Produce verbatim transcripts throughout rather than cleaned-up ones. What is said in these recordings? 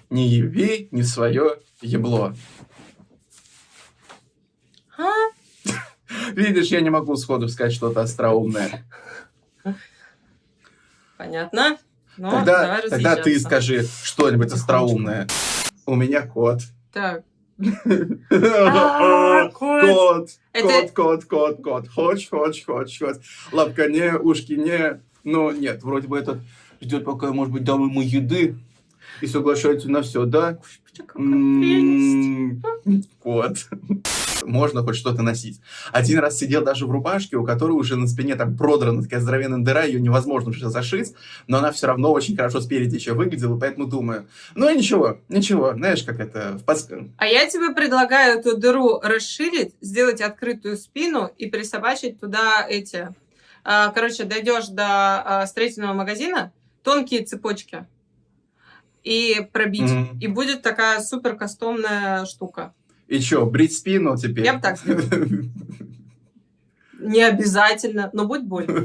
не яви не свое ебло. А? Видишь, я не могу сходу сказать что-то остроумное. Понятно. Но тогда давай тогда ты разъезжаться. скажи что-нибудь остроумное. У меня кот. Так. А, Кот. Кот, кот, кот, кот. Хочешь, хочешь, хочешь, хочешь. Лапка не, ушки не. Но нет, вроде бы этот ждет, пока, может быть, дам ему еды. И соглашается на все, да? Кот. Можно хоть что-то носить. Один раз сидел даже в рубашке, у которой уже на спине так продрана такая здоровенная дыра, ее невозможно уже зашить, но она все равно очень хорошо спереди еще выглядела, поэтому думаю, ну и ничего, ничего, знаешь, как это... В подск... А я тебе предлагаю эту дыру расширить, сделать открытую спину и присобачить туда эти... Короче, дойдешь до строительного магазина, тонкие цепочки, и пробить. Mm-hmm. И будет такая супер кастомная штука. И что, брить спину теперь? Я бы так сделала. Не обязательно, но будет больно.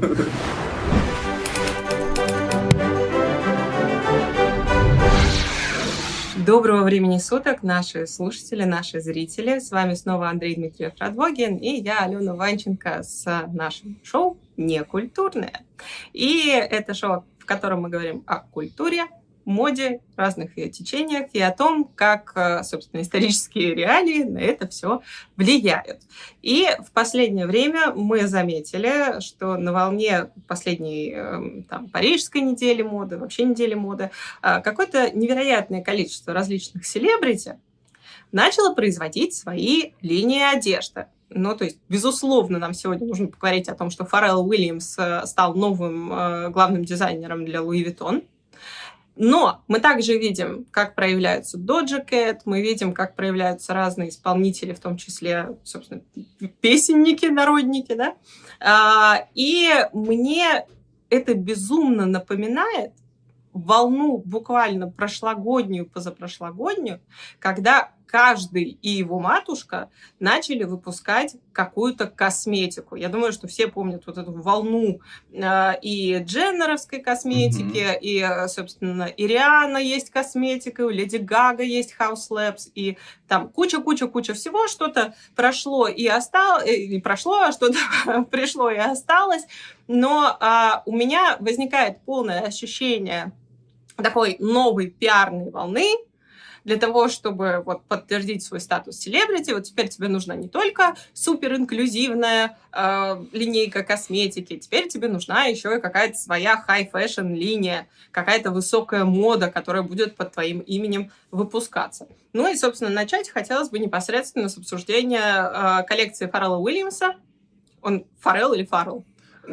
Доброго времени суток, наши слушатели, наши зрители. С вами снова Андрей Дмитриев Радвогин и я, Алена Ванченко, с нашим шоу «Некультурное». И это шоу, в котором мы говорим о культуре, моде, разных ее течениях и о том, как, собственно, исторические реалии на это все влияют. И в последнее время мы заметили, что на волне последней там, парижской недели моды, вообще недели моды, какое-то невероятное количество различных селебрити начало производить свои линии одежды. Ну, то есть, безусловно, нам сегодня нужно поговорить о том, что Фаррелл Уильямс стал новым главным дизайнером для Луи Vuitton. Но мы также видим, как проявляются Doja Cat, мы видим, как проявляются разные исполнители, в том числе, собственно, песенники, народники, да. И мне это безумно напоминает волну буквально прошлогоднюю, позапрошлогоднюю, когда каждый и его матушка начали выпускать какую-то косметику. Я думаю, что все помнят вот эту волну э, и дженнеровской косметики, mm-hmm. и, собственно, и Риhanna есть косметика, у Леди Гага есть House Labs, и там куча-куча-куча всего, что-то прошло и осталось, и прошло, а что-то пришло и осталось. Но э, у меня возникает полное ощущение такой новой пиарной волны, для того, чтобы вот, подтвердить свой статус селебрити. Вот теперь тебе нужна не только суперинклюзивная э, линейка косметики, теперь тебе нужна еще и какая-то своя high-fashion линия, какая-то высокая мода, которая будет под твоим именем выпускаться. Ну и, собственно, начать хотелось бы непосредственно с обсуждения э, коллекции Фаррелла Уильямса. Он Фаррелл или Фаррелл?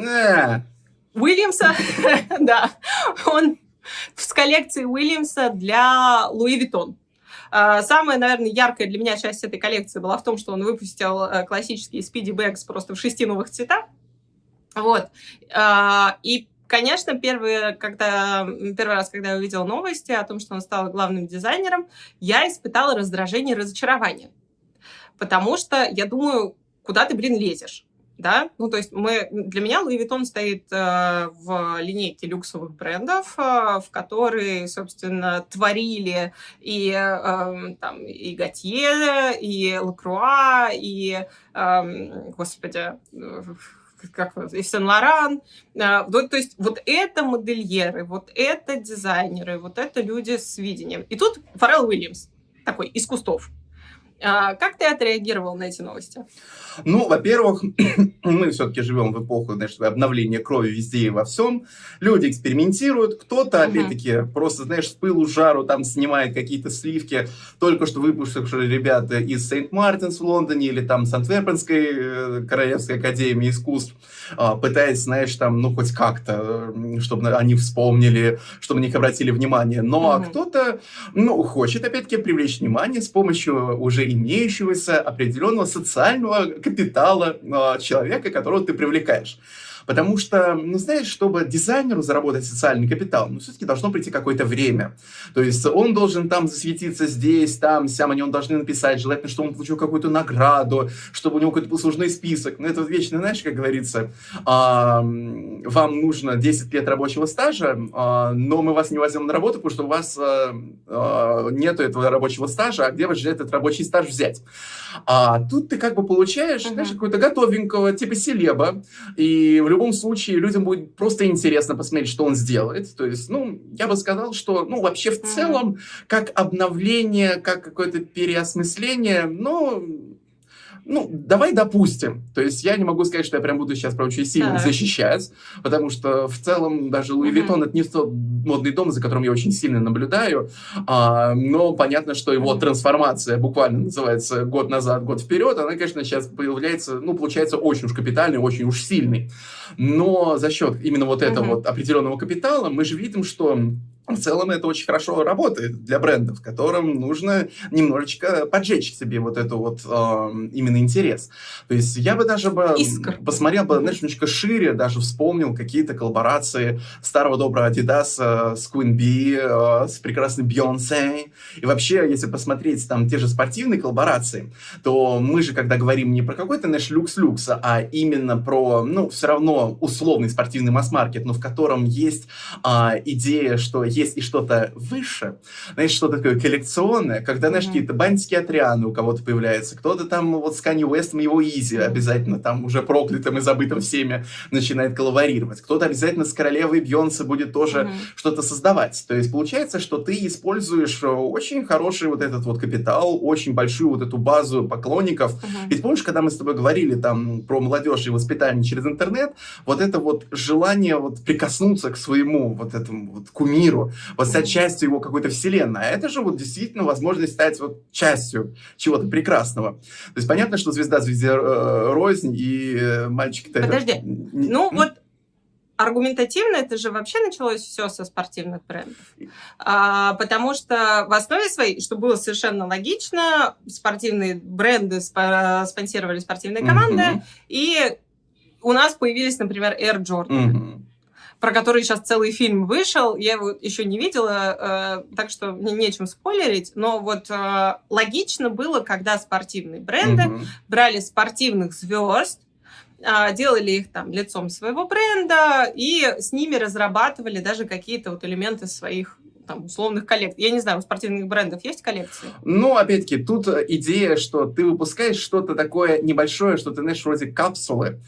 Уильямса, да. Он с коллекции Уильямса для Луи Vuitton. Самая, наверное, яркая для меня часть этой коллекции была в том, что он выпустил классические Speedy Bags просто в шести новых цветах. Вот. И, конечно, первый, когда, первый раз, когда я увидела новости о том, что он стал главным дизайнером, я испытала раздражение и разочарование. Потому что я думаю, куда ты, блин, лезешь? Да, ну то есть мы, для меня Луи Vuitton стоит э, в линейке люксовых брендов, э, в которые, собственно, творили и, э, там, и Готье, и Лакруа, и, э, господи, как и Сен-Лоран. Э, то, то есть вот это модельеры, вот это дизайнеры, вот это люди с видением. И тут Фаррелл Уильямс такой из кустов. Как ты отреагировал на эти новости? Ну, во-первых, мы все-таки живем в эпоху, знаешь, обновления крови везде и во всем. Люди экспериментируют. Кто-то, uh-huh. опять-таки, просто, знаешь, с пылу жару там снимает какие-то сливки. Только что выпустившие ребята из Сент-Мартинс в Лондоне или там с Антверпенской Королевской академии искусств, пытаясь, знаешь, там, ну, хоть как-то, чтобы они вспомнили, чтобы на них обратили внимание. Но uh-huh. кто-то, ну, хочет, опять-таки, привлечь внимание с помощью уже имеющегося определенного социального капитала э, человека, которого ты привлекаешь. Потому что, ну, знаешь, чтобы дизайнеру заработать социальный капитал, ну, все-таки должно прийти какое-то время. То есть он должен там засветиться здесь, там, сям, они он должны написать, желательно, чтобы он получил какую-то награду, чтобы у него какой-то послужной список. Но это вот вечно, знаешь, как говорится, э, вам нужно десять лет рабочего стажа, э, но мы вас не возьмем на работу, потому что у вас э, э, нету этого рабочего стажа, а где же этот рабочий стаж взять? А тут ты как бы получаешь, uh-huh. знаешь, какого-то готовенького, типа селеба, и в любом случае людям будет просто интересно посмотреть, что он сделает. То есть, ну, я бы сказал, что, ну, вообще в uh-huh. целом, как обновление, как какое-то переосмысление, ну... Ну, давай допустим. То есть я не могу сказать, что я прям буду сейчас прям очень сильно так. защищать, потому что в целом даже Луи Виттон uh-huh. это не тот модный дом, за которым я очень сильно наблюдаю, а, но понятно, что его uh-huh. трансформация буквально называется год назад, год вперед, она, конечно, сейчас появляется, ну, получается очень уж капитальной, очень уж сильной. Но за счет именно вот этого uh-huh. вот определенного капитала мы же видим, что в целом это очень хорошо работает для брендов, которым нужно немножечко поджечь себе вот эту вот э, именно интерес. То есть я бы даже бы Искр. посмотрел бы, знаешь, немножечко шире, даже вспомнил какие-то коллаборации старого доброго Adidas с Queen Bee, э, с прекрасной Бейонсе. И вообще, если посмотреть там те же спортивные коллаборации, то мы же, когда говорим не про какой-то наш люкс-люкса, а именно про, ну, все равно условный спортивный масс-маркет, но в котором есть э, идея, что есть и что-то выше, знаешь, что-то такое коллекционное, когда, знаешь, mm-hmm. какие-то бантики от Рианы у кого-то появляются, кто-то там вот с Канье Уэстом его Изи обязательно там уже проклятым и забытым всеми начинает коллаборировать, кто-то обязательно с королевой Бейонсе будет тоже mm-hmm. что-то создавать. То есть получается, что ты используешь очень хороший вот этот вот капитал, очень большую вот эту базу поклонников. Mm-hmm. Ведь помнишь, когда мы с тобой говорили там про молодежь и воспитание через интернет, вот это вот желание вот прикоснуться к своему вот этому вот кумиру, вот стать частью его какой-то вселенной. А это же вот действительно возможность стать вот частью чего-то прекрасного. То есть понятно, что звезда звезде э, рознь, и э, мальчики-то... Подожди, это... ну вот аргументативно это же вообще началось все со спортивных брендов. А, потому что в основе своей, что было совершенно логично, спортивные бренды спонсировали спортивные команды, mm-hmm. и у нас появились, например, Air Jordan. Mm-hmm. Про который сейчас целый фильм вышел, я его еще не видела, э, так что мне нечем спойлерить, но вот э, логично было, когда спортивные бренды mm-hmm. брали спортивных звезд, э, делали их там лицом своего бренда и с ними разрабатывали даже какие-то вот элементы своих там, условных коллекций. Я не знаю, у спортивных брендов есть коллекции? Ну, опять-таки, тут идея, что ты выпускаешь что-то такое небольшое, что ты, знаешь, вроде капсулы,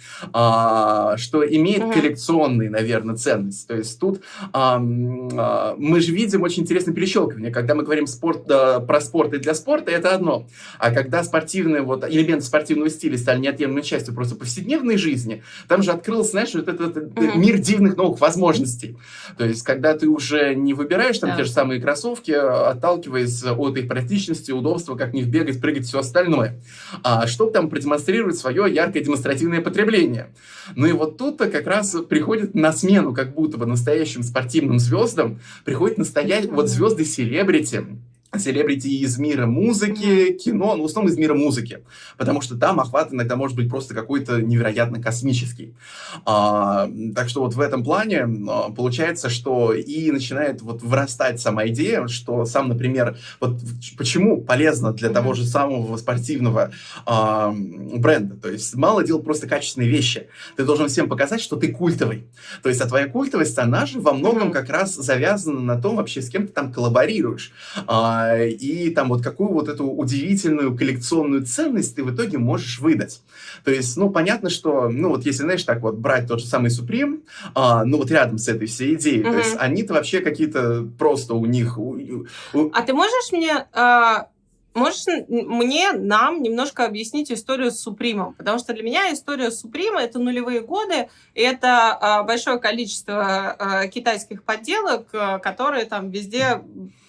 а, что имеет uh-huh. коллекционные, наверное, ценность. То есть тут а, а, мы же видим очень интересное перещелкивание. Когда мы говорим спорт, да, про спорт и для спорта, это одно. А когда спортивные вот, элементы спортивного стиля стали неотъемлемой частью просто повседневной жизни, там же открылся, знаешь, вот этот uh-huh. мир дивных новых возможностей. То есть, когда ты уже не выбираешь там, те же самые кроссовки, отталкиваясь от их практичности, удобства, как в них бегать, прыгать, все остальное. А чтобы там продемонстрировать свое яркое демонстративное потребление. Ну и вот тут-то как раз приходит на смену, как будто бы настоящим спортивным звездам, приходят настоящие вот звезды-селебрити, селебрити из мира музыки, кино, ну, в основном из мира музыки, потому что там охват иногда может быть просто какой-то невероятно космический. А, так что вот в этом плане а, получается, что и начинает вот вырастать сама идея, что сам, например, вот почему полезно для mm-hmm. того же самого спортивного а, бренда, то есть мало делать просто качественные вещи, ты должен всем показать, что ты культовый, то есть а твоя культовость, она же во многом mm-hmm. как раз завязана на том вообще, с кем ты там коллаборируешь, а, и там вот какую вот эту удивительную коллекционную ценность ты в итоге можешь выдать. То есть, ну, понятно, что, ну, вот если, знаешь, так вот брать тот же самый Supreme, а, ну, вот рядом с этой всей идеей, mm-hmm. то есть они-то вообще какие-то просто у них... У, у... А ты можешь мне... А... Можешь мне, нам немножко объяснить историю с Супримом? Потому что для меня история Суприма — это нулевые годы, и это а, большое количество а, китайских подделок, а, которые там везде...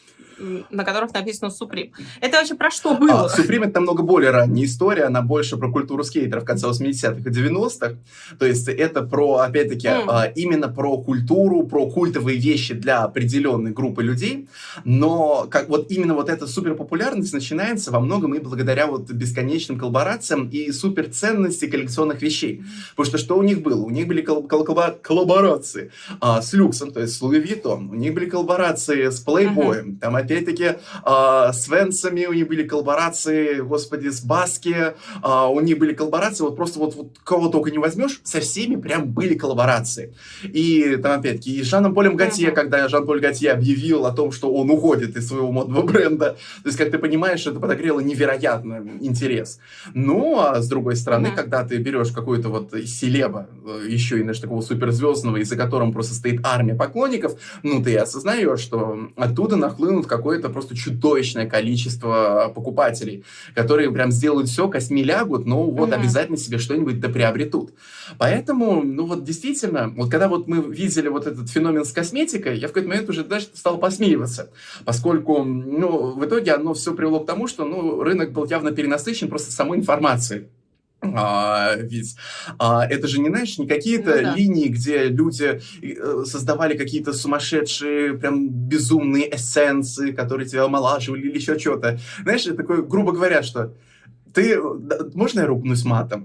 на которых написано Supreme. Это вообще про что было? А, Supreme — это намного более ранняя история, она больше про культуру скейтеров в конце восьмидесятых и девяностых. То есть это про, опять-таки, mm. а, именно про культуру, про культовые вещи для определенной группы людей. Но как вот именно вот эта суперпопулярность начинается во многом и благодаря вот бесконечным коллаборациям и суперценности коллекционных вещей. Потому что что у них было? У них были кол- кол- кол- коллаборации а, с люксом, то есть с Луи Виттон. У них были коллаборации с Playboy. Mm-hmm. Там опять Опять-таки, э, с Венсами у них были коллаборации, господи, с Баски, э, у них были коллаборации, вот просто вот, вот кого только не возьмешь, со всеми прям были коллаборации. И там, опять-таки, и с Жаном Полем Готье, uh-huh. когда Жан-Поль Готье объявил о том, что он уходит из своего модного бренда, то есть, как ты понимаешь, это подогрело невероятный интерес. Ну, а с другой стороны, uh-huh. когда ты берешь какую-то вот селеба, еще и, знаешь, такого суперзвездного, из-за которым просто стоит армия поклонников, ну, ты осознаешь, что оттуда нахлынут какое-то просто чудовищное количество покупателей, которые прям сделают все, косми лягут, но вот uh-huh. обязательно себе что-нибудь да приобретут. Поэтому, ну, вот действительно, вот когда вот мы видели вот этот феномен с косметикой, я в какой-то момент уже даже стал посмеиваться, поскольку, ну, в итоге оно все привело к тому, что, ну, рынок был явно перенасыщен просто самой информацией. А, ведь а, это же не, знаешь, не какие-то ну, да. линии, где люди э, создавали какие-то сумасшедшие, прям безумные эссенции, которые тебя омолаживали или еще что-то. Знаешь, это такое, грубо говоря, что ты... Можно я ругнусь матом?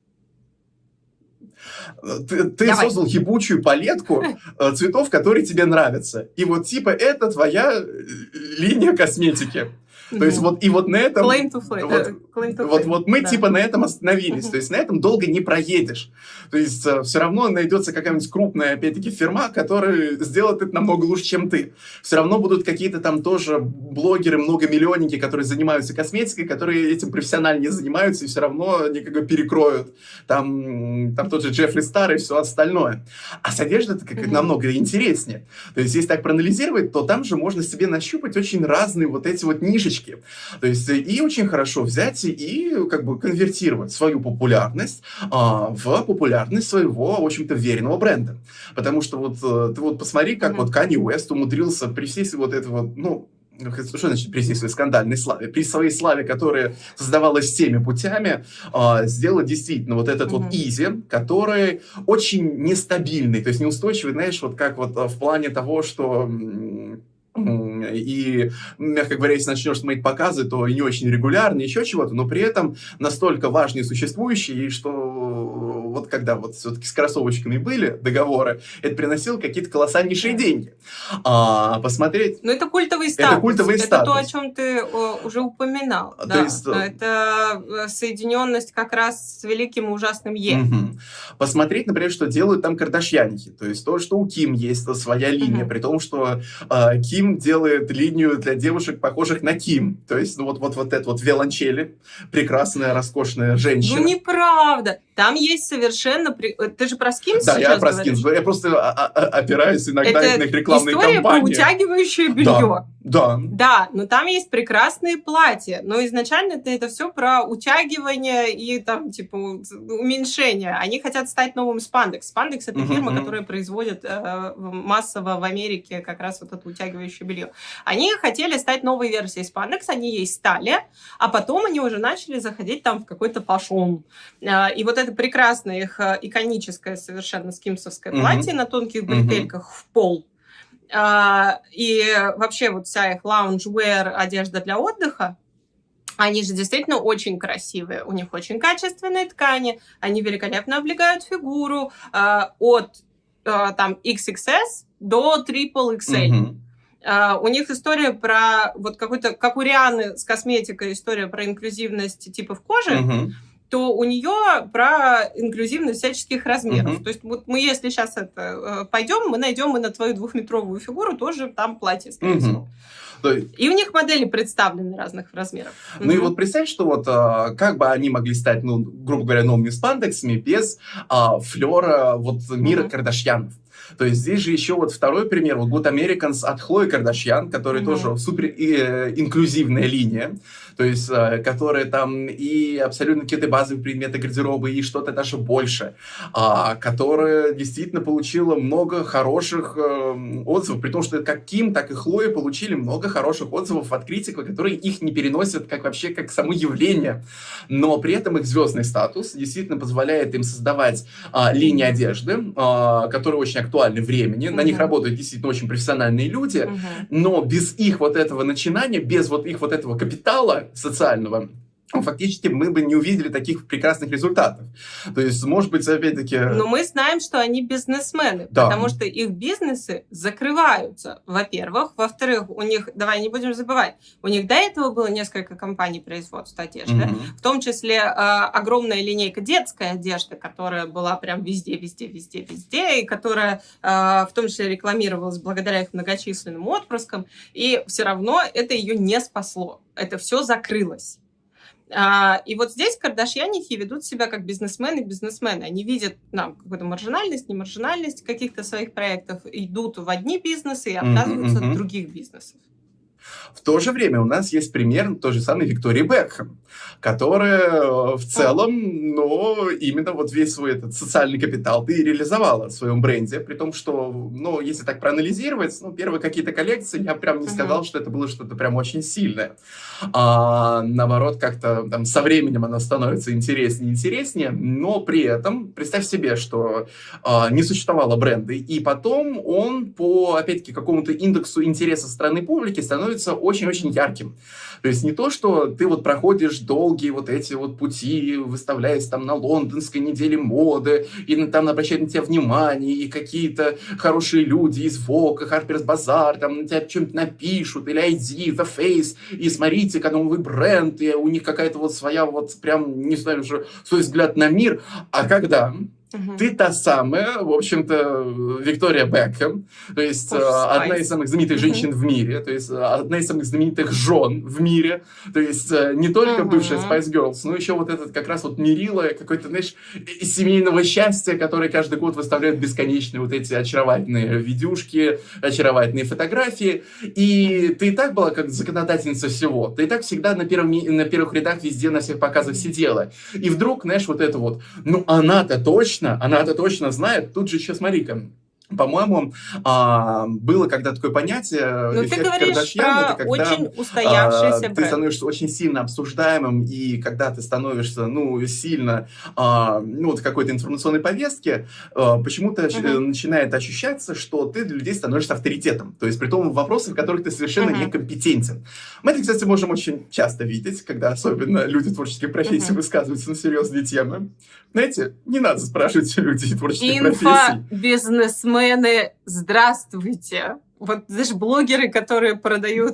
Ты, ты создал ебучую палетку э, цветов, которые тебе нравятся. И вот типа это твоя линия косметики. То mm-hmm. есть вот и вот на этом claim to fame. Вот, claim to вот, fame. вот мы да. типа на этом остановились. Mm-hmm. То есть на этом долго не проедешь. То есть э, все равно найдется какая-нибудь крупная, опять-таки, фирма, которая сделает это намного лучше, чем ты. Все равно будут какие-то там тоже блогеры, многомиллионники, которые занимаются косметикой, которые этим профессионально не занимаются и все равно они как бы перекроют. Там, там тот же Джеффри Стар и все остальное. А с одеждой это как mm-hmm. намного интереснее. То есть если так проанализировать, то там же можно себе нащупать очень разные вот эти вот нишечки. То есть и очень хорошо взять и как бы конвертировать свою популярность а, в популярность своего, в общем-то, веренного бренда. Потому что вот ты вот посмотри, как mm-hmm. вот Канье Уэст умудрился при всей вот этой вот, ну, что значит при всей своей скандальной славе? При своей славе, которая создавалась всеми путями, а, сделать действительно вот этот mm-hmm. вот изи, который очень нестабильный, то есть неустойчивый, знаешь, вот как вот в плане того, что... И, мягко говоря, если начнешь смотреть показы, то и не очень регулярно, еще чего-то, но при этом настолько важный и существующий, что вот когда вот все-таки с кроссовочками были договоры, это приносило какие-то колоссальнейшие деньги. А, посмотреть... Ну, это культовый статус. Это культовый это статус. то, о чем ты о, уже упоминал. То да. есть... Это соединенность как раз с великим и ужасным Е. Угу. Посмотреть, например, что делают там кардашьяники. То есть то, что у Ким есть своя линия, угу. при том, что э, Ким делает линию для девушек, похожих на Ким. То есть, ну, вот, вот, вот это вот виолончели, прекрасная, роскошная женщина. Ну, неправда. Там есть совершенно... При... Ты же про Скинс да, сейчас я про говоришь? Скинс. Я просто опираюсь иногда это на их рекламные кампании. Это история кампании. про утягивающее белье. Да, да. Да, но там есть прекрасные платья. Но изначально это, это все про утягивание и там, типа, уменьшение. Они хотят стать новым Спандекс. Спандекс — это uh-huh, фирма, uh-huh. которая производит э, массово в Америке как раз вот это утягивающее белье. Они хотели стать новой версией Спандекс, они ей стали, а потом они уже начали заходить там в какой-то фашон. Э, и вот это прекрасное их иконическое совершенно скимсовское uh-huh. платье на тонких бретельках uh-huh. в пол. Uh, и вообще вот вся их лаунж-вэр, одежда для отдыха, они же действительно очень красивые. У них очень качественные ткани, они великолепно облегают фигуру uh, от uh, там икс икс эс до трипл икс эль. Uh-huh. Uh, у них история про вот какой-то, как у Рианы с косметикой, история про инклюзивность типов кожи, uh-huh. то у нее про инклюзивность всяческих размеров. Uh-huh. То есть вот мы, если сейчас это пойдем, мы найдем и на твою двухметровую фигуру тоже там платье, скорее uh-huh. всего. И у них модели представлены разных размеров. Ну uh-huh. и вот представь, что вот как бы они могли стать, ну, грубо говоря, новыми спандексами без а, флера вот мира uh-huh. Кардашьянов. То есть здесь же еще вот второй пример, вот Good Americans от Хлои Кардашьян, который mm-hmm. тоже супер э, инклюзивная линия, то есть э, которая там и абсолютно какие-то базовые предметы гардероба, и что-то даже больше, а, которая действительно получила много хороших э, отзывов, при том, что как Ким, так и Хлоя получили много хороших отзывов от критиков, которые их не переносят как вообще как само явление, но при этом их звездный статус действительно позволяет им создавать а, линии одежды, а, которые очень актуальны времени, uh-huh. на них работают действительно очень профессиональные люди, uh-huh. но без их вот этого начинания, без вот их вот этого капитала социального, фактически мы бы не увидели таких прекрасных результатов. То есть, может быть, опять-таки... Но мы знаем, что они бизнесмены, да. потому что их бизнесы закрываются, во-первых. Во-вторых, у них, давай не будем забывать, у них до этого было несколько компаний производства одежды, mm-hmm. в том числе э, огромная линейка детской одежды, которая была прям везде, везде, везде, везде, и которая э, в том числе рекламировалась благодаря их многочисленным отпрыскам, и все равно это ее не спасло. Это все закрылось. А, и вот здесь кардашьянихи ведут себя как бизнесмены бизнесмены. Они видят ну, какую-то маржинальность, не маржинальность каких-то своих проектов, идут в одни бизнесы и отказываются mm-hmm, mm-hmm. от других бизнесов. В то же время у нас есть пример той же самой Виктории Бекхэм, которая в целом, но именно вот весь свой этот социальный капитал ты реализовала в своем бренде, при том, что, ну, если так проанализировать, ну, первые какие-то коллекции, я прям не сказал, uh-huh. что это было что-то прям очень сильное. А, наоборот, как-то там со временем оно становится интереснее и интереснее, но при этом представь себе, что а, не существовало бренда, и потом он по, опять-таки, какому-то индексу интереса стороны публики становится очень-очень ярким. То есть не то, что ты вот проходишь долгие вот эти вот пути, выставляясь там на лондонской неделе моды, и там обращают на тебя внимание, и какие-то хорошие люди из Vogue, Harper's Bazaar, там на тебя что-нибудь напишут, или ай ди, The Face, и смотрите, как новый бренд, и у них какая-то вот своя вот прям, не знаю, уже свой взгляд на мир. А когда... Uh-huh. Ты та самая, в общем-то, Виктория Бекхэм, то есть oh, одна из самых знаменитых uh-huh. женщин в мире, то есть одна из самых знаменитых жен в мире, то есть не только uh-huh. бывшая Spice Girls, но еще вот этот как раз вот мерило какой-то, знаешь, семейного счастья, который каждый год выставляют бесконечные вот эти очаровательные видюшки, очаровательные фотографии, и ты и так была как законодательница всего, ты и так всегда на, первом, на первых рядах везде на всех показах сидела, и вдруг, знаешь, вот это вот, ну она-то точно она это точно знает. Тут же еще смотри-ка. По-моему, а, было когда такое понятие, но эффект ты говоришь Кардашьян, про это когда очень устоявшийся а, бренд. Ты становишься очень сильно обсуждаемым, и когда ты становишься, ну, сильно, а, ну, вот в какой-то информационной повестке, а, почему-то uh-huh. начинает ощущаться, что ты для людей становишься авторитетом. То есть, при том, в вопросах, в которых ты совершенно uh-huh. некомпетентен. Мы это, кстати, можем очень часто видеть, когда особенно люди творческих профессий uh-huh. высказываются на серьезные темы. Знаете, не надо спрашивать у людей творческих профессий. Инфобизнесмены, здравствуйте. Вот, знаешь, блогеры, которые продают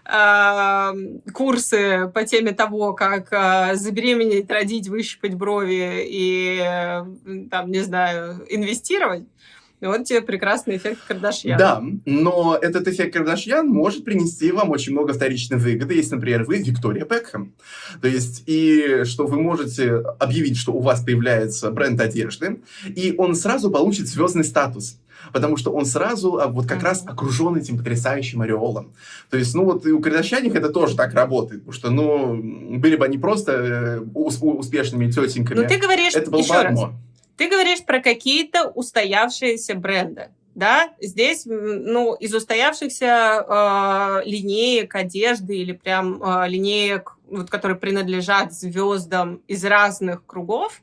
э, курсы по теме того, как э, забеременеть, родить, выщипать брови и, э, там, не знаю, инвестировать. Вот тебе прекрасный эффект Кардашьян. Да, но этот эффект Кардашьян может принести вам очень много вторичной выгоды, если, например, вы Виктория Бекхэм. То есть, и что вы можете объявить, что у вас появляется бренд одежды, и он сразу получит звездный статус. Потому что он сразу вот как mm-hmm. раз окружен этим потрясающим ореолом. То есть, ну вот и у Кардашьяних это тоже так работает. Потому что, ну, были бы они просто успешными тетеньками. Но ты говоришь, это было еще бы раз, одно. Ты говоришь про какие-то устоявшиеся бренды, да? Здесь, ну, из устоявшихся э, линеек одежды или прям э, линеек, вот, которые принадлежат звездам из разных кругов,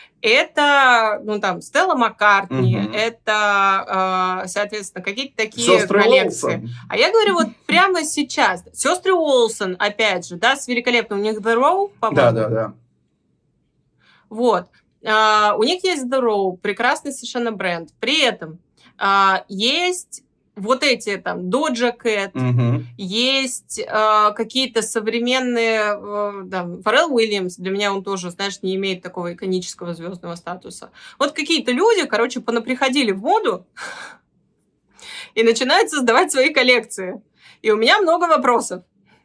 это, ну, там, Стелла Маккартни, угу. это, э, соответственно, какие-то такие Сестры коллекции. Уолсон. А я говорю вот прямо сейчас. Сестры Уолсон, опять же, да, с великолепным. У них The Row, по-моему. Да, да, да. Вот. Uh, у них есть The Row, прекрасный совершенно бренд. При этом uh, есть вот эти там Doja Cat, uh-huh. есть uh, какие-то современные, uh, да, Фаррелл Уильямс, для меня он тоже, знаешь, не имеет такого иконического звездного статуса. Вот какие-то люди, короче, понаприходили в моду и начинают создавать свои коллекции. И у меня много вопросов.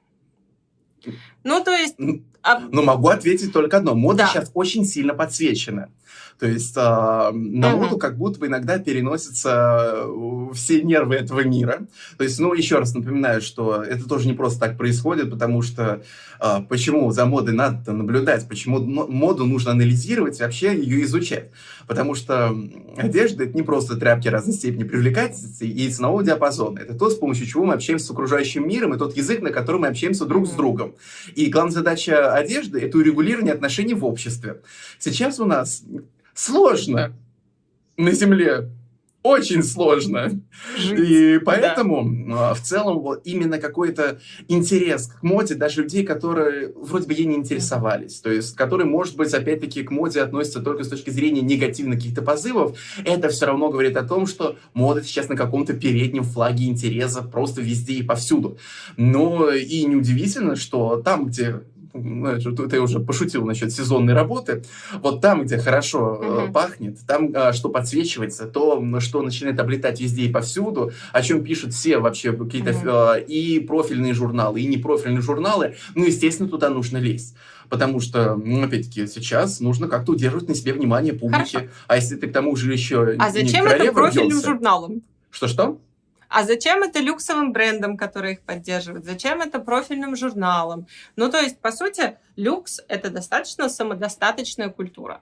Ну, то есть... А... Но могу ответить только одно. Мода да. сейчас очень сильно подсвечена. То есть э, на uh-huh. моду как будто бы иногда переносятся все нервы этого мира. То есть, ну, еще раз напоминаю, что это тоже не просто так происходит, потому что э, почему за модой надо наблюдать, почему моду нужно анализировать и вообще ее изучать. Потому что одежда — это не просто тряпки разной степени привлекательности и ценового диапазона. Это то, с помощью чего мы общаемся с окружающим миром, и тот язык, на котором мы общаемся друг uh-huh. с другом. И главная задача одежды — это урегулирование отношений в обществе. Сейчас у нас сложно на Земле очень сложно. Жить. И поэтому да. в целом вот именно какой-то интерес к моде даже людей, которые вроде бы ей не интересовались, то есть которые, может быть, опять-таки к моде относятся только с точки зрения негативных каких-то позывов, это все равно говорит о том, что мода сейчас на каком-то переднем флаге интереса просто везде и повсюду. Но и неудивительно, что там, где ты уже пошутил насчет сезонной работы. Вот там, где хорошо uh-huh. пахнет, там, что подсвечивается, то, что начинает облетать везде и повсюду, о чем пишут все вообще какие-то uh-huh. и профильные журналы, и непрофильные журналы, ну, естественно, туда нужно лезть. Потому что, ну, опять-таки, сейчас нужно как-то удерживать на себе внимание публики. Хорошо. А если ты к тому же еще а не зачем это профильным бьется, журналам? Что-что? А зачем это люксовым брендам, которые их поддерживают? Зачем это профильным журналам? Ну, то есть, по сути, люкс – это достаточно самодостаточная культура.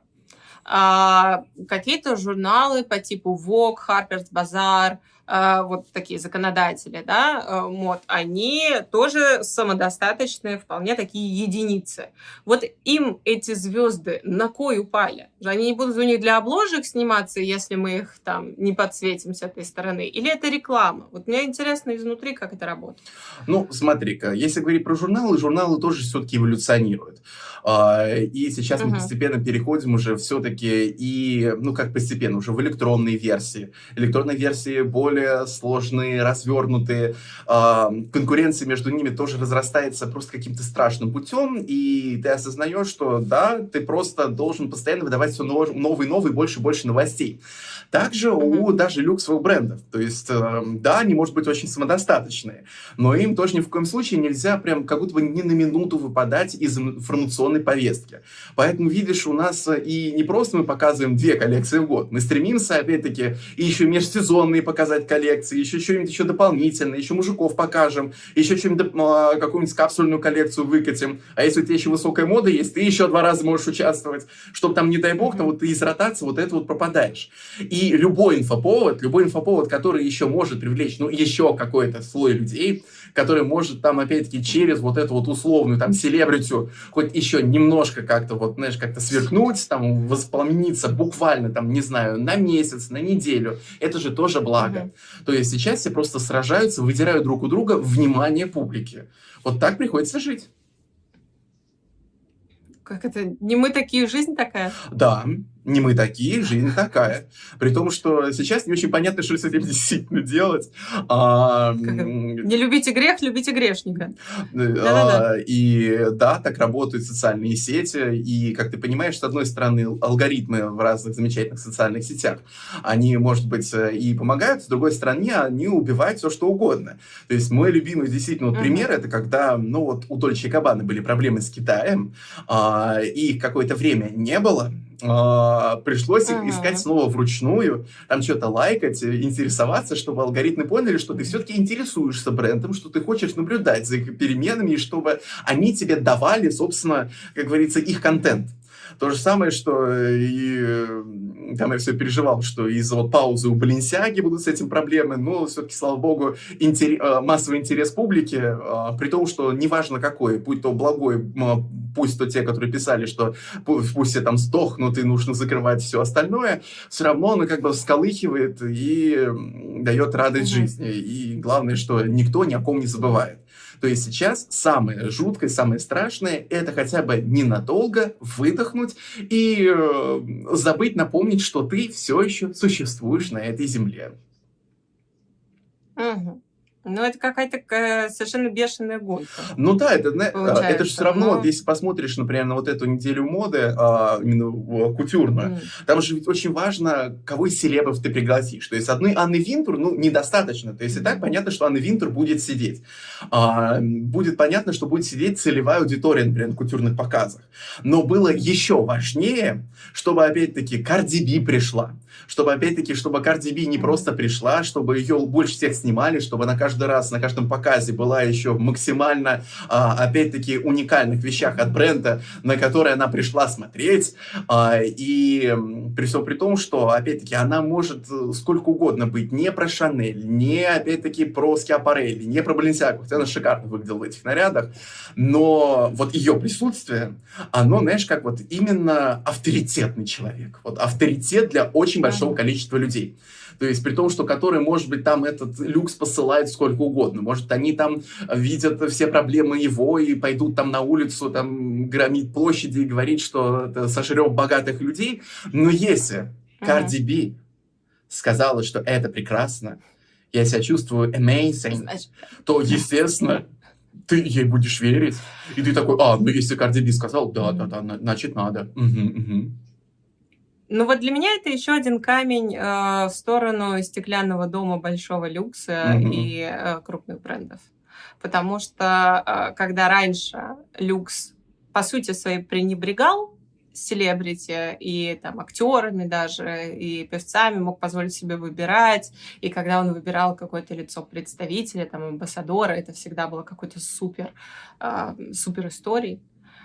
А, какие-то журналы по типу Vogue, Harper's Bazaar, а, вот такие законодатели, да, мод, они тоже самодостаточные, вполне такие единицы. Вот им эти звезды на кой упали? Они не будут у них для обложек сниматься, если мы их там не подсветим с этой стороны? Или это реклама? Вот мне интересно изнутри, как это работает. Ну, смотри-ка, если говорить про журналы, журналы тоже все-таки эволюционируют. И сейчас uh-huh. мы постепенно переходим уже все-таки и, ну как постепенно, уже в электронные версии. Электронные версии более сложные, развернутые. Конкуренция между ними тоже разрастается просто каким-то страшным путем. И ты осознаешь, что да, ты просто должен постоянно выдавать все новые и новые, больше и больше новостей. Также uh-huh. у даже люксовых брендов. То есть, да, они, может быть, очень самодостаточные, но им тоже ни в коем случае нельзя прям как будто бы ни на минуту выпадать из информационной повестки. Поэтому, видишь, у нас и не просто мы показываем две коллекции в год, мы стремимся, опять-таки, и еще межсезонные показать коллекции, еще что-нибудь еще дополнительное, еще мужиков покажем, еще что-нибудь, какую-нибудь капсульную коллекцию выкатим. А если у тебя еще высокая мода есть, ты еще два раза можешь участвовать, чтобы там, не дай бог, там вот ты из ротации вот это вот пропадаешь. И любой инфоповод, любой инфоповод, который еще может привлечь, ну, еще какой-то слой людей, который может там, опять-таки, через вот эту вот условную там селебритю хоть еще немножко как-то вот, знаешь, как-то сверкнуть, там, воспламениться буквально, там, не знаю, на месяц, на неделю. Это же тоже благо. Mm-hmm. То есть сейчас все просто сражаются, выдирают друг у друга внимание публики. Вот так приходится жить. Как это? Не мы такие, жизнь такая? Да, не мы такие, жизнь такая. При том, что сейчас не очень понятно, что с этим действительно делать. А, не любите грех, любите грешника. А, и да, так работают социальные сети. И, как ты понимаешь, с одной стороны, алгоритмы в разных замечательных социальных сетях, они, может быть, и помогают, с другой стороны, они убивают все, что угодно. То есть мой любимый действительно вот, uh-huh. пример, это когда, ну вот, у Дольче и Габбаны были проблемы с Китаем, а, и их какое-то время не было. Uh, пришлось их uh-huh. искать снова вручную, там что-то лайкать, интересоваться, чтобы алгоритмы поняли, что ты все-таки интересуешься брендом, что ты хочешь наблюдать за их переменами, и чтобы они тебе давали, собственно, как говорится, их контент. То же самое, что и там я все переживал, что из-за вот паузы у Баленсиаги будут с этим проблемы, но все-таки, слава богу, интерес, массовый интерес публики, при том, что неважно какой, будь то благой, пусть то те, которые писали, что пусть все там сдохнут и нужно закрывать все остальное, все равно он как бы всколыхивает и дает радость mm-hmm. жизни. И главное, что никто ни о ком не забывает. То есть сейчас самое жуткое, самое страшное – это хотя бы ненадолго выдохнуть и э, забыть напомнить, что ты все еще существуешь на этой земле. Угу. Ну, это какая-то э, совершенно бешеная гонка. Ну да, это, это же все равно, но... если посмотришь, например, на вот эту неделю моды, а, именно кутюрную, mm. там же ведь очень важно, кого из селебров ты пригласишь. То есть одной Анны Винтур, ну, недостаточно. То есть и так понятно, что Анна Винтур будет сидеть. А, будет понятно, что будет сидеть целевая аудитория, например, на кутюрных показах. Но было еще важнее, чтобы, опять-таки, Карди Би пришла. Чтобы, опять-таки, чтобы Карди Би не просто пришла, чтобы ее больше всех снимали, чтобы на каждом каждый раз, на каждом показе была еще максимально, а, опять-таки, уникальных вещах от бренда, на которые она пришла смотреть. А, и при всем при том, что, опять-таки, она может сколько угодно быть не про Шанель, не, опять-таки, про Скиапарелли, не про Баленсиагу, хотя она шикарно выглядела в этих нарядах, но вот ее присутствие, оно, знаешь, как вот именно авторитетный человек. Вот авторитет для очень большого количества людей. То есть при том, что который, может быть, там этот люкс посылает сколько угодно. Может, они там видят все проблемы его и пойдут там на улицу, там, громить площади и говорить, что это сожрет богатых людей. Но если Карди Би сказала, что это прекрасно, я себя чувствую amazing, то, естественно, ты ей будешь верить. И ты такой, а, ну если Карди Би сказал, да-да-да, значит надо. Угу, угу. Ну вот для меня это еще один камень э, в сторону стеклянного дома большого люкса mm-hmm. и э, крупных брендов. Потому что э, когда раньше люкс, по сути своей, пренебрегал селебрити и там актерами даже, и певцами, мог позволить себе выбирать, и когда он выбирал какое-то лицо представителя, там, амбассадора, это всегда было какой-то супер, э, супер историей,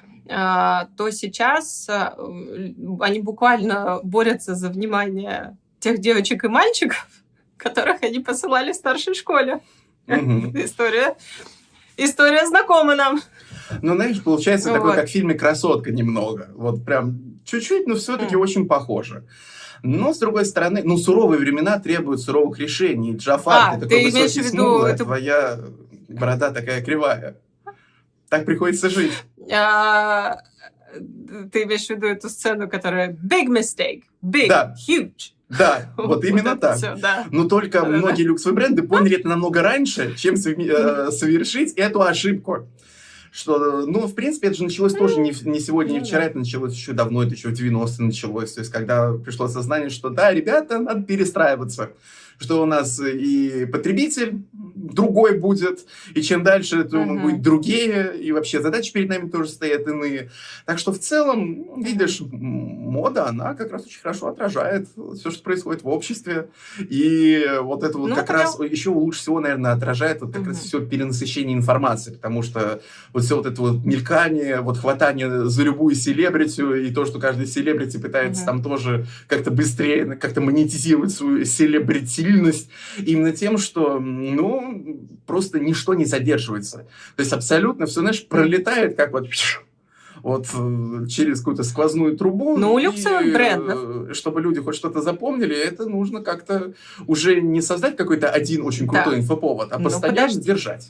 то сейчас они буквально борются за внимание тех девочек и мальчиков, которых они посылали в старшей школе. Mm-hmm. История, история знакома нам. Ну, знаешь, получается вот. Такое, как в фильме «Красотка» немного. Вот прям чуть-чуть, но все-таки mm. очень похоже. Но, с другой стороны, ну, суровые времена требуют суровых решений. Джафар, а, ты такой высокий, смуглый, это... твоя борода такая кривая. Так приходится жить. А, ты имеешь в виду эту сцену, которая big mistake, big, да. huge. Да, вот именно вот так. Все, да. Но только да, многие да. люксовые бренды поняли это намного раньше, чем совершить эту ошибку. Что, ну, в принципе, это же началось тоже не, не сегодня, не вчера, это началось еще давно, это еще в девяностые началось. То есть, когда пришло сознание, что да, ребята, надо перестраиваться. Что у нас и потребитель другой будет, и чем дальше, то он uh-huh. будет другие, и вообще задачи перед нами тоже стоят иные. Так что в целом, видишь, мода, она как раз очень хорошо отражает все, что происходит в обществе. И вот это вот ну, как раз я... еще лучше всего, наверное, отражает вот как uh-huh. раз все перенасыщение информации, потому что вот все вот это вот мелькание, вот хватание за любую селебритию, и то, что каждый селебрити пытается uh-huh. там тоже как-то быстрее, как-то монетизировать свою селебрити, именно тем, что, ну, просто ничто не задерживается. То есть абсолютно все, знаешь, пролетает, как вот, вот через какую-то сквозную трубу. Но у люксовых брендов. Чтобы люди хоть что-то запомнили, это нужно как-то уже не создать какой-то один очень крутой да. инфоповод, а постоянно ну, держать.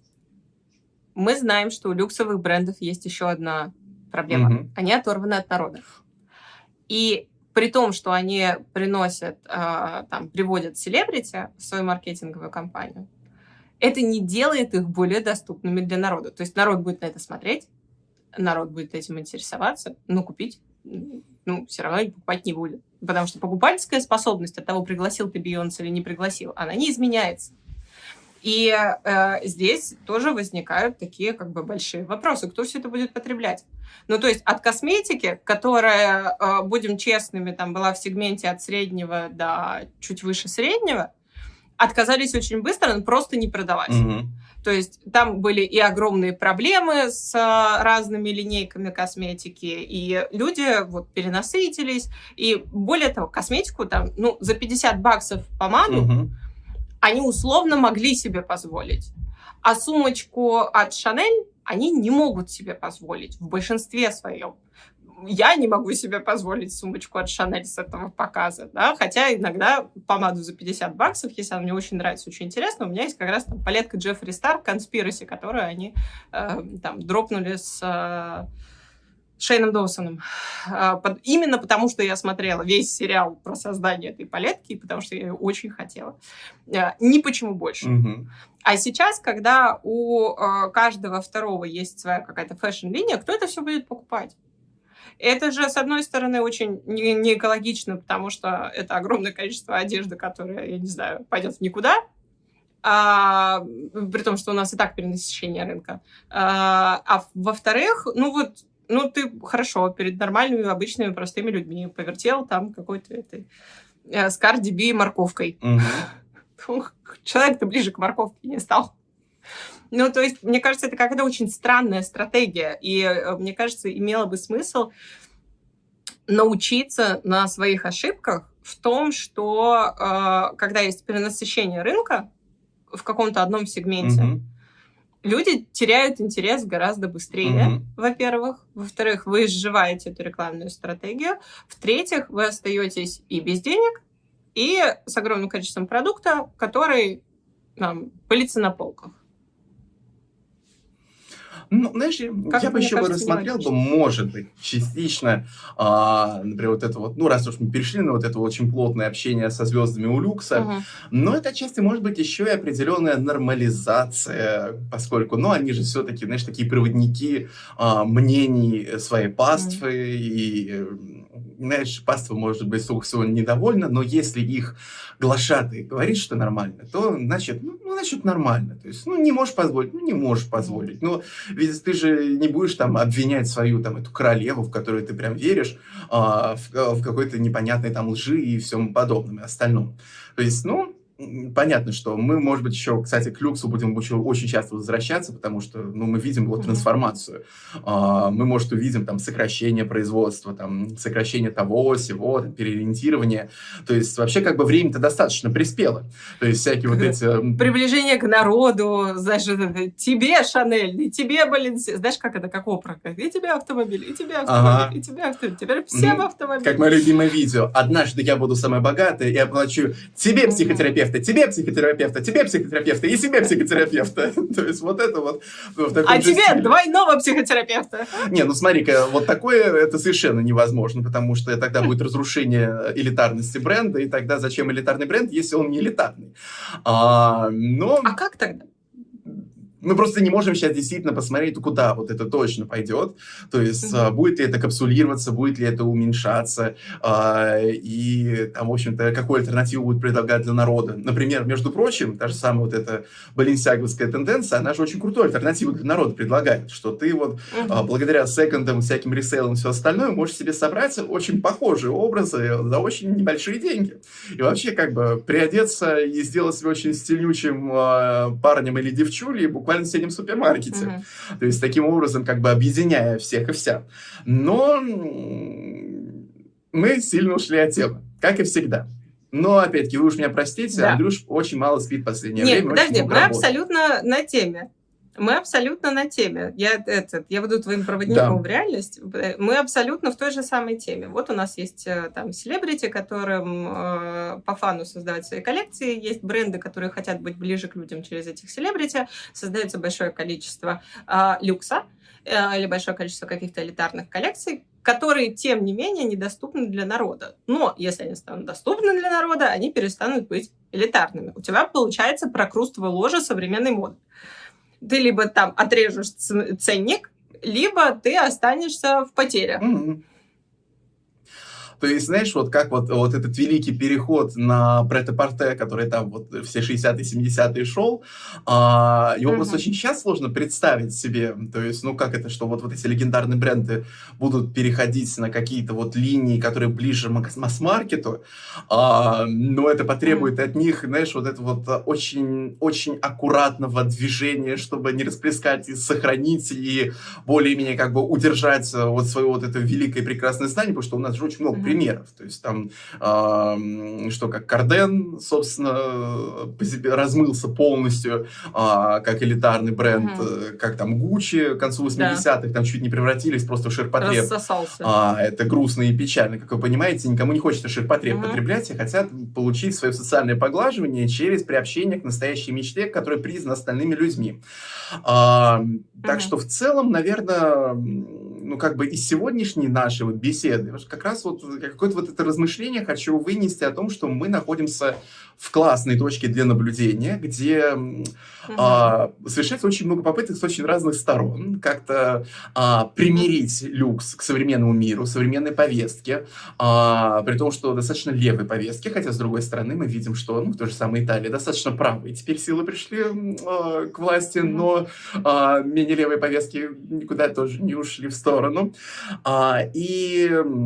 Мы знаем, что у люксовых брендов есть еще одна проблема. Угу. Они оторваны от народа. И при том, что они приносят, э, там, приводят селебрити в свою маркетинговую кампанию, это не делает их более доступными для народа. То есть народ будет на это смотреть, народ будет этим интересоваться, но купить, ну, все равно покупать не будет. Потому что покупательская способность от того, пригласил ты Бейонсе или не пригласил, она не изменяется. И э, здесь тоже возникают такие как бы большие вопросы. Кто все это будет потреблять? Ну, то есть от косметики, которая, э, будем честными, там была в сегменте от среднего до чуть выше среднего, отказались очень быстро, но просто не продалась. Mm-hmm. То есть там были и огромные проблемы с э, разными линейками косметики, и люди вот перенасытились. И более того, косметику там, ну, за пятьдесят баксов помаду, mm-hmm. они условно могли себе позволить. А сумочку от Шанель они не могут себе позволить в большинстве своем. Я не могу себе позволить сумочку от Шанель с этого показа, да, хотя иногда помаду за пятьдесят баксов, если она мне очень нравится, очень интересно, у меня есть как раз там палетка Джеффри Стар Conspiracy, которую они э, там дропнули с... Э, Шейном Доусоном. Именно потому, что я смотрела весь сериал про создание этой палетки, и потому что я ее очень хотела. Ни почему больше. Mm-hmm. А сейчас, когда у каждого второго есть своя какая-то фэшн-линия, кто это все будет покупать? Это же, с одной стороны, очень не, не экологично, потому что это огромное количество одежды, которая, я не знаю, пойдет в никуда. А, при том, что у нас и так перенасыщение рынка. А, а во-вторых, ну вот Ну, ты хорошо перед нормальными, обычными, простыми людьми повертел там какой-то этой э, с Карди Би морковкой. Uh-huh. человек-то ближе к морковке не стал. Ну, то есть, мне кажется, это какая-то очень странная стратегия. И мне кажется, имело бы смысл научиться на своих ошибках в том, что э, когда есть перенасыщение рынка в каком-то одном сегменте, Мгм. люди теряют интерес гораздо быстрее, Мгм. во-первых. Во-вторых, вы изживаете эту рекламную стратегию. В-третьих, вы остаетесь и без денег, и с огромным количеством продукта, который там, пылится на полках. Ну, знаешь, Как я это, бы мне еще бы кажется, рассмотрел бы, нелогично. может быть, частично, а, например, вот это вот, ну, раз уж мы перешли на вот это очень плотное общение со звездами у Люкса, Мгм. но это отчасти может быть еще и определенная нормализация, поскольку, ну, они же все-таки, знаешь, такие проводники а, мнений своей Мгм. паствы, и, э, знаешь, паства может быть, сколько всего, недовольна, но если их глашатый говорит, что нормально, то, значит, ну, ну, значит, нормально. То есть, ну, не можешь позволить, ну, не можешь Мгм. позволить. Но ведь ты же не будешь там обвинять свою там эту королеву, в которую ты прям веришь, а, в, а, в какой-то непонятной там лжи и всем подобном и остальном. То есть, ну, м, понятно, что мы, может быть, еще, кстати, к люксу будем очень, очень часто возвращаться, потому что, ну, мы видим вот Мгм. трансформацию. А, мы, может, увидим там сокращение производства, там, сокращение того, сего, там, переориентирование. То есть, вообще, как бы время-то достаточно приспело. То есть, всякие вот К- эти... м, Приближение к народу, знаешь, вот это, тебе Шанель, и тебе Баленсиага. Знаешь, как это, как Опра, как и тебе автомобиль, и тебе автомобиль, Ага. и тебе автомобиль. Теперь всем Мгм. Как автомобиль. мое любимое видео. Однажды я буду самой богатой и оплачу тебе Мгм. психотерапевта, тебе психотерапевта, тебе психотерапевта и себе психотерапевта. То есть вот это вот ну, в таком А же тебе стиле. двойного психотерапевта. Не, ну смотри-ка, вот такое это совершенно невозможно, потому что тогда будет разрушение элитарности бренда, и тогда зачем элитарный бренд, если он не элитарный? А, но А как тогда? мы просто не можем сейчас действительно посмотреть, куда вот это точно пойдет. То есть, Мгм. а, будет ли это капсулироваться, будет ли это уменьшаться, а, и там, в общем-то, какую альтернативу будет предлагать для народа. Например, между прочим, та же самая вот эта баленсиаговская тенденция, она же очень крутую альтернативу для народа предлагает, что ты вот а, Мгм. благодаря секондам, всяким ресейлам и все остальное можешь себе собрать очень похожие образы за очень небольшие деньги. И вообще, как бы, приодеться и сделать себя очень стильнючим а, парнем или девчулей буквально в соседнем супермаркете. Мгм. То есть, таким образом, как бы объединяя всех и вся. Но м, мы сильно ушли от темы, как и всегда. Но, опять-таки, вы уж меня простите, Да. Андрюш очень мало спит в последнее Нет, время, очень подожди, много мы работает. абсолютно на теме. Мы абсолютно на теме. Я, этот, я буду твоим проводником Да. в реальность. Э, Мы абсолютно в той же самой теме. Вот у нас есть э, там селебрити, которым э, по фану создавать свои коллекции. Есть бренды, которые хотят быть ближе к людям через этих селебрити. Создается большое количество э, люкса э, или большое количество каких-то элитарных коллекций, которые, тем не менее, недоступны для народа. Но если они станут доступны для народа, они перестанут быть элитарными. У тебя получается прокрустовая ложа современной моды. Ты либо там отрежешь ц- ценник, либо ты останешься в потерях. Мгм. То есть, знаешь, вот как вот, вот этот великий переход на прет-а-порте, который там вот все шестидесятые, семидесятые шел, а, его просто Мгм. очень сейчас сложно представить себе. То есть, ну как это, что вот, вот эти легендарные бренды будут переходить на какие-то вот линии, которые ближе к масс-маркету, а, но это потребует Мгм. от них, знаешь, вот это вот очень, очень аккуратного движения, чтобы не расплескать и сохранить, и более-менее как бы удержать э, вот свое вот это великое и прекрасное знание, потому что у нас же очень много Мгм. примеров. То есть там, ам, что как Карден, собственно, по себе размылся полностью, а, как элитарный бренд, Мгм. э, как там Гуччи к концу Да. восьмидесятых там чуть не превратились просто в ширпотреб. Рассосался. А, это грустно и печально, как вы понимаете, никому не хочется ширпотреб Мгм. потреблять, и хотят получить свое социальное поглаживание через приобщение к настоящей мечте, которая признана остальными людьми. А, так Мгм. что в целом, наверное, ну как бы из сегодняшней нашей вот беседы как раз вот какое-то вот это размышление хочу вынести о том, что мы находимся в классной точке для наблюдения, где м, Мгм. а, совершается очень много попыток с очень разных сторон как-то а, Мгм. примирить люкс к современному миру, современной повестке, а, при том, что достаточно левой повестке, хотя, с другой стороны, мы видим, что, ну, в той же самой Италии достаточно правые теперь силы пришли м, а, к власти, Мгм. но а, менее левые повестки никуда тоже не ушли в сторону. А, и м,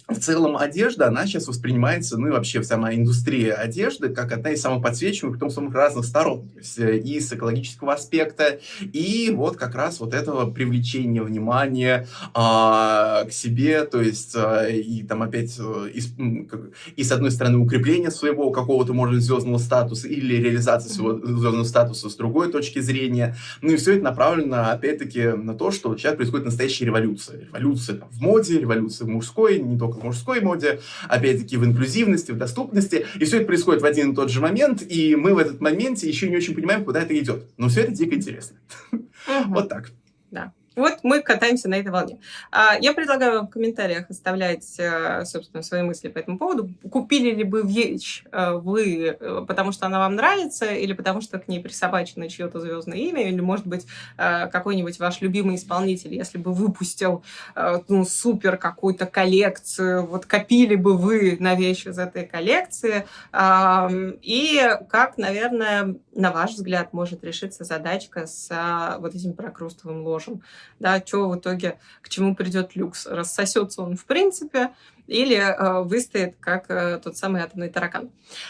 в целом одежда, она сейчас воспринимается, ну и вообще сама индустрия одежды, как одна из самых подсвечиваемых, притом самых разных сторон. То есть э, и с экологического аспекта, и вот как раз вот этого привлечения внимания а, к себе, то есть а, и там опять э, и, с- м, как- и с одной стороны укрепление своего какого-то, может быть, звездного статуса или реализация своего звездного статуса с другой точки зрения. Ну и все это направлено, опять-таки, на то, что сейчас происходит настоящая революция. Революция там, в моде, революция в мужской, не только в мужской моде, опять-таки в инклюзивности, в доступности. И все это происходит в один и тот же момент, и мы в этот моменте еще не очень понимаем, куда это идет. Но все это дико интересно. Мгм. Вот так. Да. Вот мы катаемся на этой волне. А, Я предлагаю вам в комментариях оставлять, э, собственно, свои мысли по этому поводу. Купили ли бы вещь э, вы, э, потому что она вам нравится, или потому что к ней присобачено чье-то звездное имя, или, может быть, э, какой-нибудь ваш любимый исполнитель, если бы выпустил э, ну, супер какую-то коллекцию, вот копили бы вы на вещи из этой коллекции, Ам, и как, наверное, на ваш взгляд, может решиться задачка с а, вот этим прокрустовым ложем? Да, что в итоге, к чему придет люкс? Рассосется он в принципе или э, выстоит, как э, тот самый атомный таракан?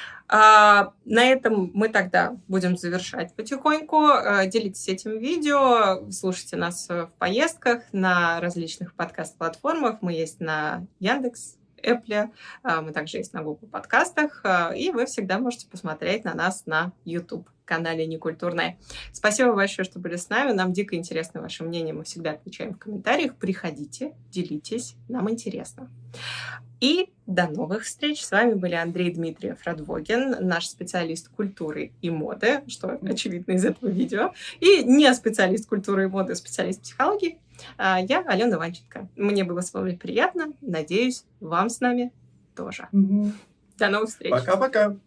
А, на этом мы тогда будем завершать потихоньку. Э, Делитесь этим видео, слушайте нас э, в поездках на различных подкаст-платформах. Мы есть на Яндекс, Apple, а, мы также есть на Google подкастах, а, и вы всегда можете посмотреть на нас на YouTube-канале Некультурная. Спасибо большое, что были с нами. Нам дико интересно ваше мнение, мы всегда отвечаем в комментариях. Приходите, делитесь, нам интересно. И до новых встреч. С вами были Андрей Дмитриев Радвогин, наш специалист культуры и моды, что очевидно из этого видео, и не специалист культуры и моды, а специалист психологии. А Я Алена Ванченко. Мне было с вами приятно. Надеюсь, вам с нами тоже. До новых встреч. Пока-пока.